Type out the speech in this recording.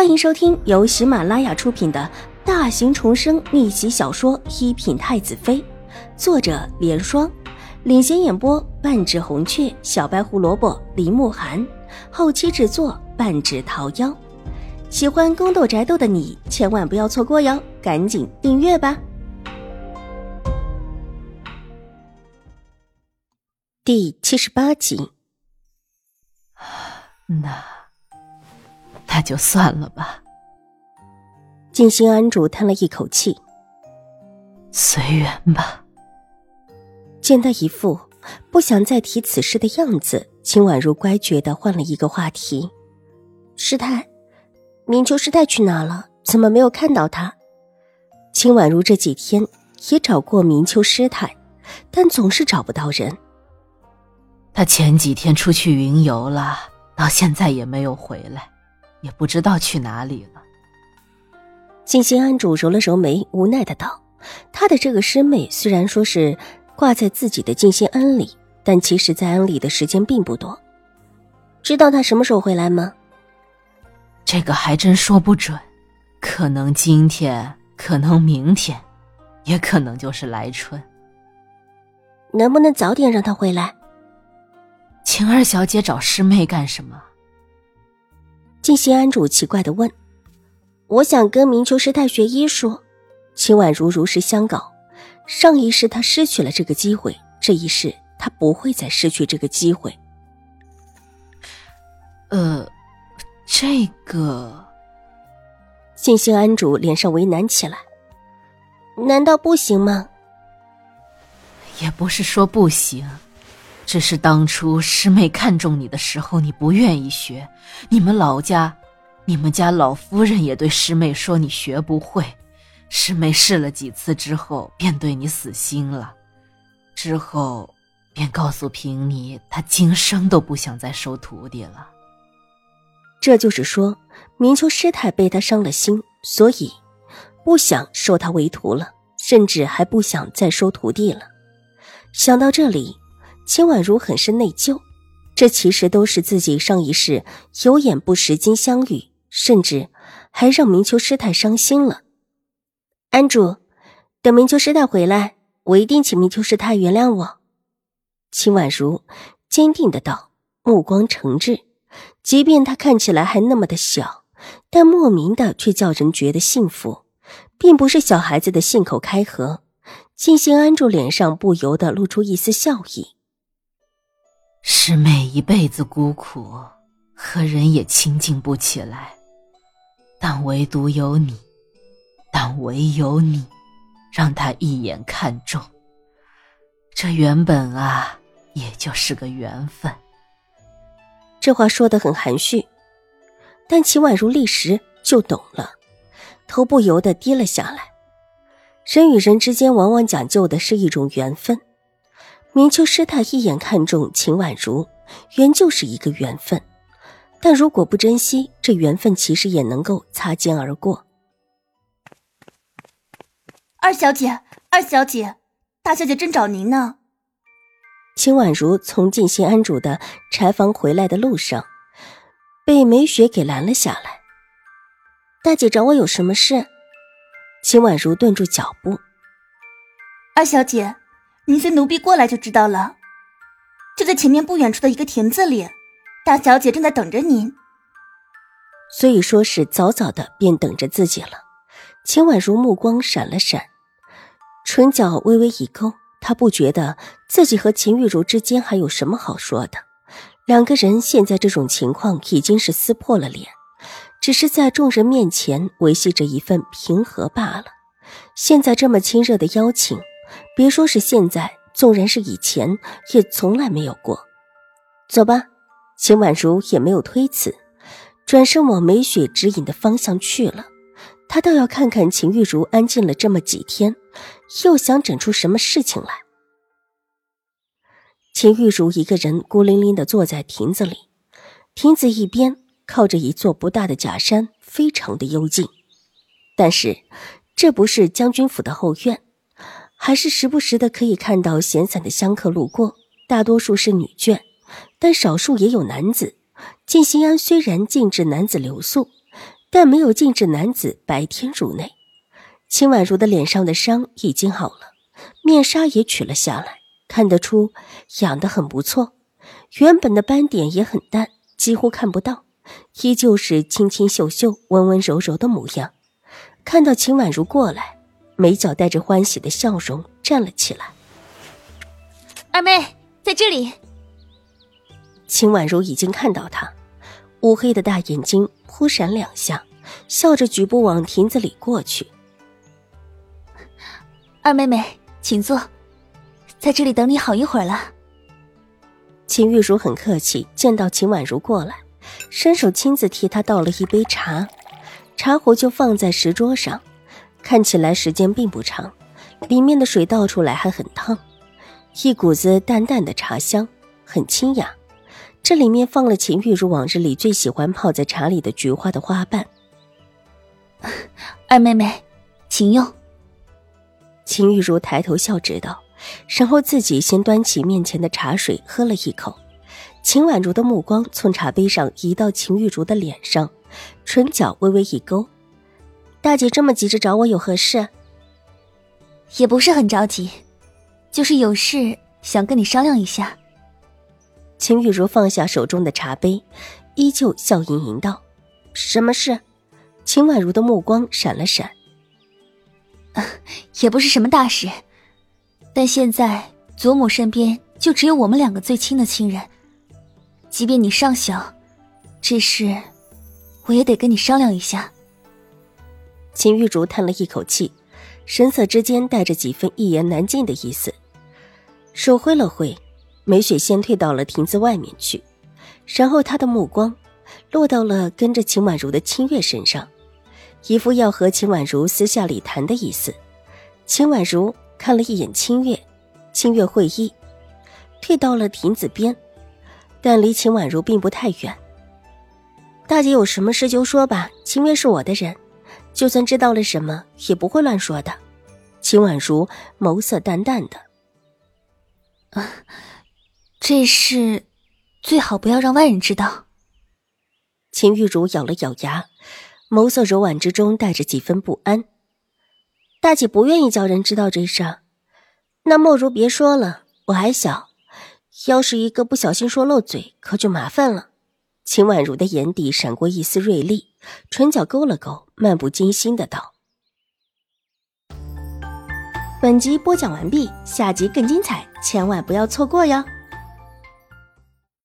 欢迎收听由喜马拉雅出品的大型重生逆袭小说《一品太子妃》，作者莲霜，领衔演播半指红雀、小白胡萝卜、林慕寒，后期制作半指桃夭。喜欢宫斗宅斗的你千万不要错过哟，赶紧订阅吧。第78集。 那就算了吧。 静心安主叹了一口气， 随缘吧。 见他一副不想再提此事的样子，秦婉如乖觉地换了一个话题。师太，明秋师太去哪了？怎么没有看到他？秦婉如这几天也找过明秋师太，但总是找不到人。 他前几天出去云游了，到现在也没有回来，也不知道去哪里了。 静心安主揉了揉眉，无奈的道，他的这个师妹虽然说是挂在自己的静心庵里，但其实在庵里的时间并不多。知道他什么时候回来吗？ 这个还真说不准，可能今天，可能明天，也可能就是来春。 能不能早点让他回来？ 晴儿小姐找师妹干什么？ 静心安主奇怪地问。我想跟明秋师太学医术。秦婉如如实相告，上一世她失去了这个机会，这一世她不会再失去这个机会。 这个…… 静心安主脸上为难起来。难道不行吗？ 也不是说不行，只是当初师妹看中你的时候，你不愿意学。你们家老夫人也对师妹说你学不会，师妹试了几次之后便对你死心了，之后便告诉平妮，她今生都不想再收徒弟了。 这就是说，明秋师太被他伤了心，所以不想收他为徒了，甚至还不想再收徒弟了。想到这里，秦婉如很是内疚，这其实都是自己上一世有眼不识金镶玉，甚至还让明秋师太伤心了。安主，等明秋师太回来，我一定请明秋师太原谅我。秦婉如坚定的道，目光诚挚，即便她看起来还那么的小，但莫名的却叫人觉得幸福，并不是小孩子的信口开河。静心安住脸上不由得露出一丝笑意。 师妹一辈子孤苦，和人也亲近不起来，但唯有你，让她一眼看中。这原本也就是个缘分。 这话说得很含蓄，但秦婉如立时就懂了，头不由得低了下来。人与人之间往往讲究的是一种缘分，明秋师太一眼看中秦婉如，原就是一个缘分，但如果不珍惜，这缘分其实也能够擦肩而过。 二小姐，大小姐正找您呢。 秦婉如从静心安主的柴房回来的路上，被梅雪给拦了下来。大姐找我有什么事？秦婉如顿住脚步。 二小姐，您随奴婢过来就知道了，就在前面不远处的一个田子里，大小姐正在等着您。 所以说是早早的便等着自己了。秦婉如目光闪了闪，唇角微微一勾，她不觉得自己和秦玉茹之间还有什么好说的，两个人现在这种情况已经是撕破了脸，只是在众人面前维系着一份平和罢了。现在这么亲热的邀请，别说是现在，纵然是以前也从来没有过。走吧。秦婉如也没有推辞，转身往梅雪指引的方向去了。她倒要看看秦玉茹安静了这么几天，又想整出什么事情来。秦玉茹一个人孤零零地坐在亭子里，亭子一边靠着一座不大的假山，非常的幽静。但是这不是将军府的后院，还是时不时的可以看到闲散的香客路过，大多数是女眷，但少数也有男子。静心庵虽然禁止男子留宿， 但没有禁止男子白天入内。秦婉如的脸上的伤已经好了，面纱也取了下来，看得出养得很不错，原本的斑点也很淡，几乎看不到，依旧是清清秀秀、温温柔柔的模样。看到秦婉如过来，眉角带着欢喜的笑容站了起来。 二妹，在这里。 秦婉如已经看到他，乌黑的大眼睛忽闪两下，笑着举步往亭子里过去。 二妹妹，请坐，在这里等你好一会儿了。 秦玉茹很客气，见到秦婉如过来，伸手亲自替她倒了一杯茶，茶壶就放在石桌上，看起来时间并不长，里面的水倒出来还很烫，一股子淡淡的茶香，很清雅。这里面放了秦玉茹往日里最喜欢泡在茶里的菊花的花瓣。 二妹妹，请用。 秦玉茹抬头笑知道，然后自己先端起面前的茶水喝了一口。秦婉如的目光从茶杯上移到秦玉茹的脸上，唇角微微一勾。大姐这么急着找我有何事？ 也不是很着急，就是有事想跟你商量一下。 秦玉茹放下手中的茶杯，依旧笑盈盈道：什么事？秦婉如的目光闪了闪。 也不是什么大事，但现在祖母身边就只有我们两个最亲的亲人，即便你尚小，这事我也得跟你商量一下。 秦玉茹叹了一口气，神色之间带着几分一言难尽的意思，手挥了挥，梅雪先退到了亭子外面去，然后她的目光落到了跟着秦婉如的清月身上，一副要和秦婉如私下里谈的意思。秦婉如看了一眼清月，清月会意，退到了亭子边，但离秦婉如并不太远。大姐有什么事就说吧，清月是我的人，就算知道了什么也不会乱说的。秦婉如眸色淡淡的。 这事最好不要让外人知道。 秦玉茹咬了咬牙，眸色柔婉之中带着几分不安。大姐不愿意叫人知道这事，那莫如别说了，我还小，要是一个不小心说漏嘴，可就麻烦了。秦婉如的眼底闪过一丝锐利，唇角勾了勾，漫不经心的道： 本集播讲完毕，下集更精彩，千万不要错过哟。